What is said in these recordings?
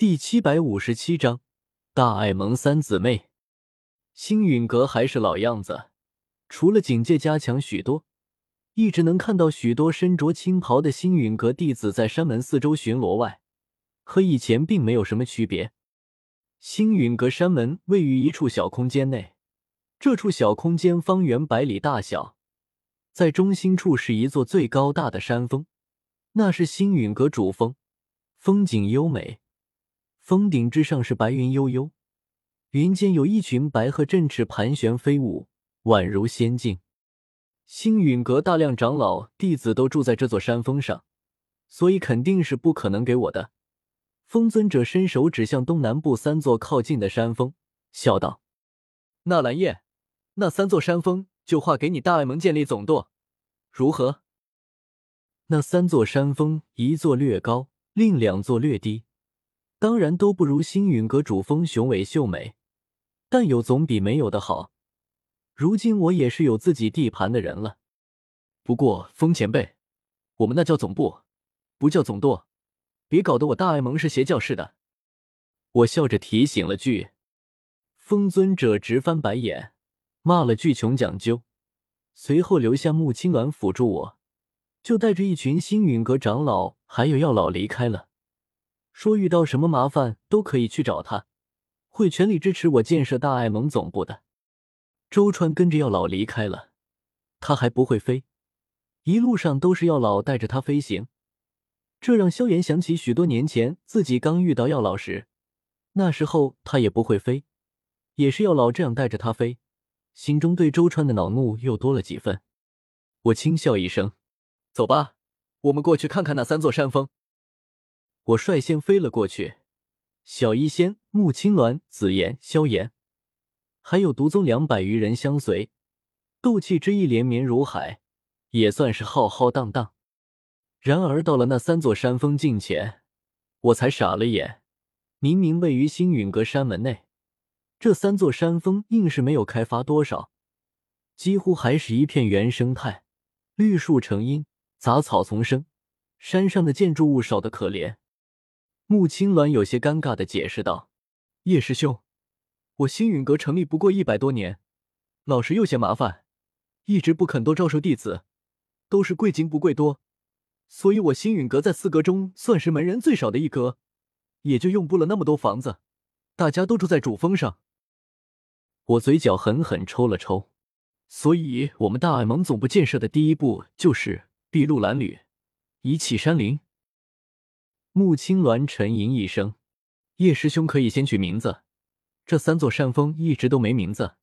第757章大爱盟三姊妹。星陨阁还是老样子，除了警戒加强许多，一直能看到许多身着青袍的星陨阁弟子在山门四周巡逻外，和以前并没有什么区别。星陨阁山门位于一处小空间内，这处小空间方圆100里大小，在中心处是一座最高大的山峰，那是星陨阁主峰，风景优美。峰顶之上是白云悠悠，云间有一群白鹤振翅盘旋飞舞，宛如仙境。星陨阁大量长老弟子都住在这座山峰上，所以肯定是不可能给我的。风尊者伸手指向东南部3座靠近的山峰，笑道：纳兰叶，那3座山峰就划给你大爱盟建立总舵，如何？那3座山峰，一座略高，另2座略低，当然都不如星陨阁主峰雄伟秀美，但有总比没有的好。如今我也是有自己地盘的人了。不过风前辈，我们那叫总部，不叫总舵，别搞得我大爱盟是邪教似的。我笑着提醒了句。风尊者直翻白眼，骂了句穷讲究，随后留下穆青鸾辅助我，就带着一群星陨阁长老还有药老离开了。说遇到什么麻烦都可以去找他，会全力支持我建设大爱盟总部的。周川跟着药老离开了，他还不会飞，一路上都是药老带着他飞行，这让萧炎想起许多年前自己刚遇到药老时，那时候他也不会飞，也是药老这样带着他飞，心中对周川的恼怒又多了几分。我轻笑一声，走吧，我们过去看看那3座山峰。我率先飞了过去，小医仙、穆青鸾、紫妍、萧炎，还有毒宗200余人相随，斗气之意连绵如海，也算是浩浩荡荡。然而到了那3座山峰近前，我才傻了眼，明明位于星陨阁山门内，这3座山峰硬是没有开发多少，几乎还是一片原生态，绿树成荫，杂草丛生，山上的建筑物少得可怜。穆青鸾有些尴尬地解释道：叶师兄，我星陨阁成立不过100多年，老师又嫌麻烦，一直不肯多招收弟子，都是贵精不贵多，所以我星陨阁在4阁中算是门人最少的一阁，也就用不了那么多房子，大家都住在主峰上。我嘴角狠狠抽了抽，所以我们大爱盟总部建设的第一步就是筚路蓝缕，一气山林。穆青鸾沉吟一声，叶师兄可以先取名字，这3座山峰一直都没名字。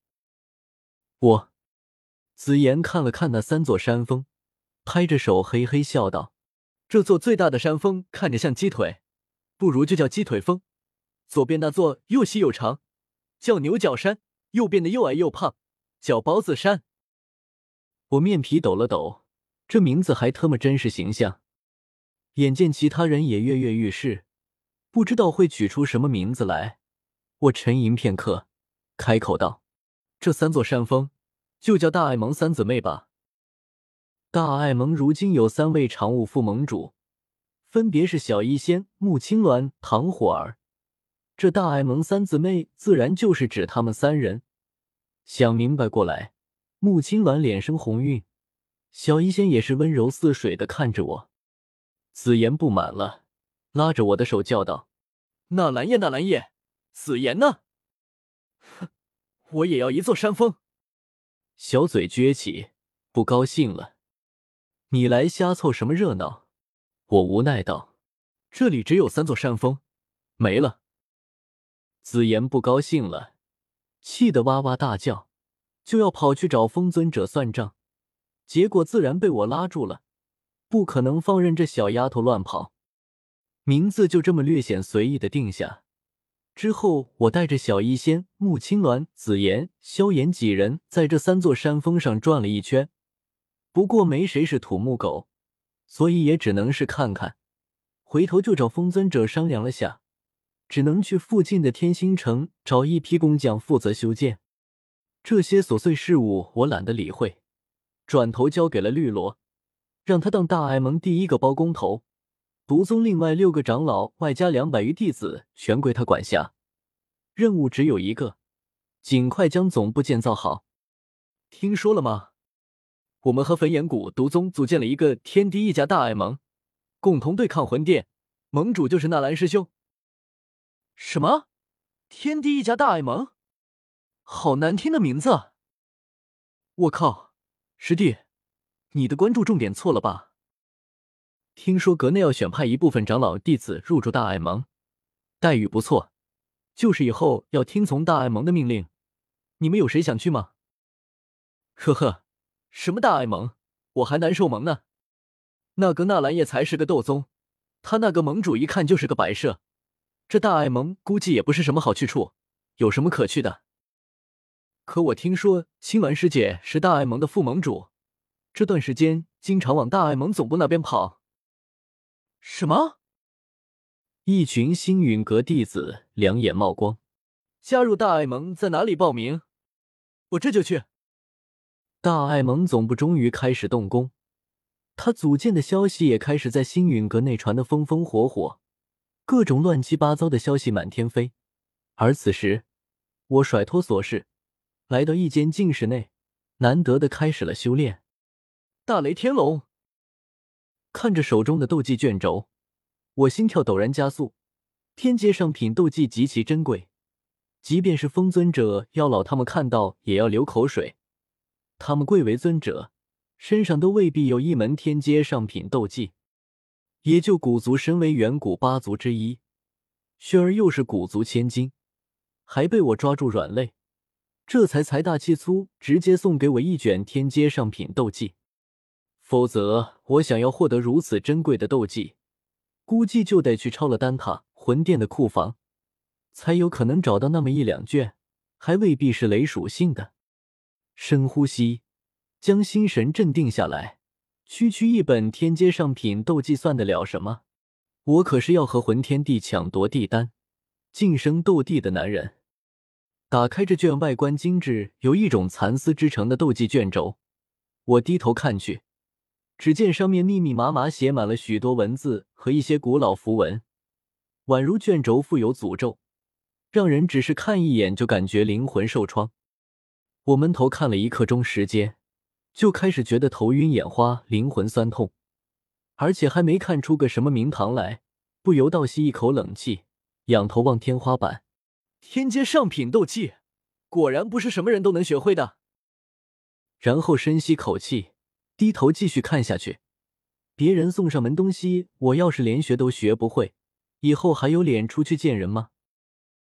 紫妍看了看那3座山峰，拍着手嘿嘿笑道：这座最大的山峰看着像鸡腿，不如就叫鸡腿峰，左边那座又细又长，叫牛角山，右边的又矮又胖，叫包子山。我面皮抖了抖，这名字还特么真是形象。眼见其他人也跃跃欲试，不知道会取出什么名字来，我沉吟片刻，开口道：这3座山峰就叫大爱盟三姊妹吧。大爱盟如今有3位常务副盟主，分别是小医仙、穆青鸾、唐火儿，这大爱盟三姊妹自然就是指他们3人。想明白过来，穆青鸾脸生红晕，小医仙也是温柔似水的看着我。紫妍不满了，拉着我的手叫道：纳兰叶，纳兰叶，紫妍呢？哼，我也要一座山峰。小嘴撅起，不高兴了。你来瞎凑什么热闹？我无奈道：这里只有3座山峰，没了。紫妍不高兴了，气得哇哇大叫，就要跑去找风尊者算账，结果自然被我拉住了，不可能放任这小丫头乱跑。名字就这么略显随意的定下。之后我带着小医仙、穆青鸾、紫妍、萧炎几人在这3座山峰上转了一圈，不过没谁是土木狗，所以也只能是看看，回头就找风尊者商量了下，只能去附近的天星城找一批工匠负责修建。这些琐碎事务我懒得理会，转头交给了绿萝，让他当大爱盟第1个包工头， 毒宗另外6个长老外加200余弟子全归他管辖，任务只有一个，尽快将总部建造好。听说了吗？我们和焚炎谷毒宗组建了一个天地一家大爱盟，共同对抗魂殿，盟主就是纳兰师兄。什么？天地一家大爱盟？好难听的名字啊！我靠，师弟，你的关注重点错了吧？听说阁内要选派一部分长老弟子入驻大爱盟，待遇不错，就是以后要听从大爱盟的命令。你们有谁想去吗？呵呵，什么大爱盟，我还难受盟呢。那个纳兰叶才是个斗宗，他那个盟主一看就是个摆设，这大爱盟估计也不是什么好去处，有什么可去的？可我听说青鸾师姐是大爱盟的副盟主，这段时间经常往大爱盟总部那边跑。什么？一群星陨阁弟子两眼冒光，加入大爱盟在哪里报名？我这就去。大爱盟总部终于开始动工，他组建的消息也开始在星陨阁内传得风风火火，各种乱七八糟的消息满天飞。而此时，我甩脱琐事，来到一间静室内，难得的开始了修炼。大雷天龙，看着手中的斗技卷轴，我心跳陡然加速。天阶上品斗技极其珍贵，即便是风尊者、妖老他们看到也要流口水。他们贵为尊者，身上都未必有一门天阶上品斗技。也就古族身为远古8族之一，轩儿又是古族千金，还被我抓住软肋，这才财大气粗，直接送给我一卷天阶上品斗技。否则我想要获得如此珍贵的斗技，估计就得去抄了丹塔魂殿的库房，才有可能找到那么一两卷，还未必是雷属性的。深呼吸，将心神镇定下来，区区一本天阶上品斗技算得了什么？我可是要和魂天帝抢夺帝丹，晋升斗帝的男人。打开这卷外观精致、由一种蚕丝织成的斗技卷轴，我低头看去，只见上面密密麻麻写满了许多文字和一些古老符文，宛如卷轴富有诅咒，让人只是看一眼就感觉灵魂受创。我闷头看了1刻钟时间，就开始觉得头晕眼花，灵魂酸痛，而且还没看出个什么名堂来，不由倒吸一口冷气，仰头望天花板。天阶上品斗技，果然不是什么人都能学会的。然后深吸口气，低头继续看下去。别人送上门东西，我要是连学都学不会，以后还有脸出去见人吗？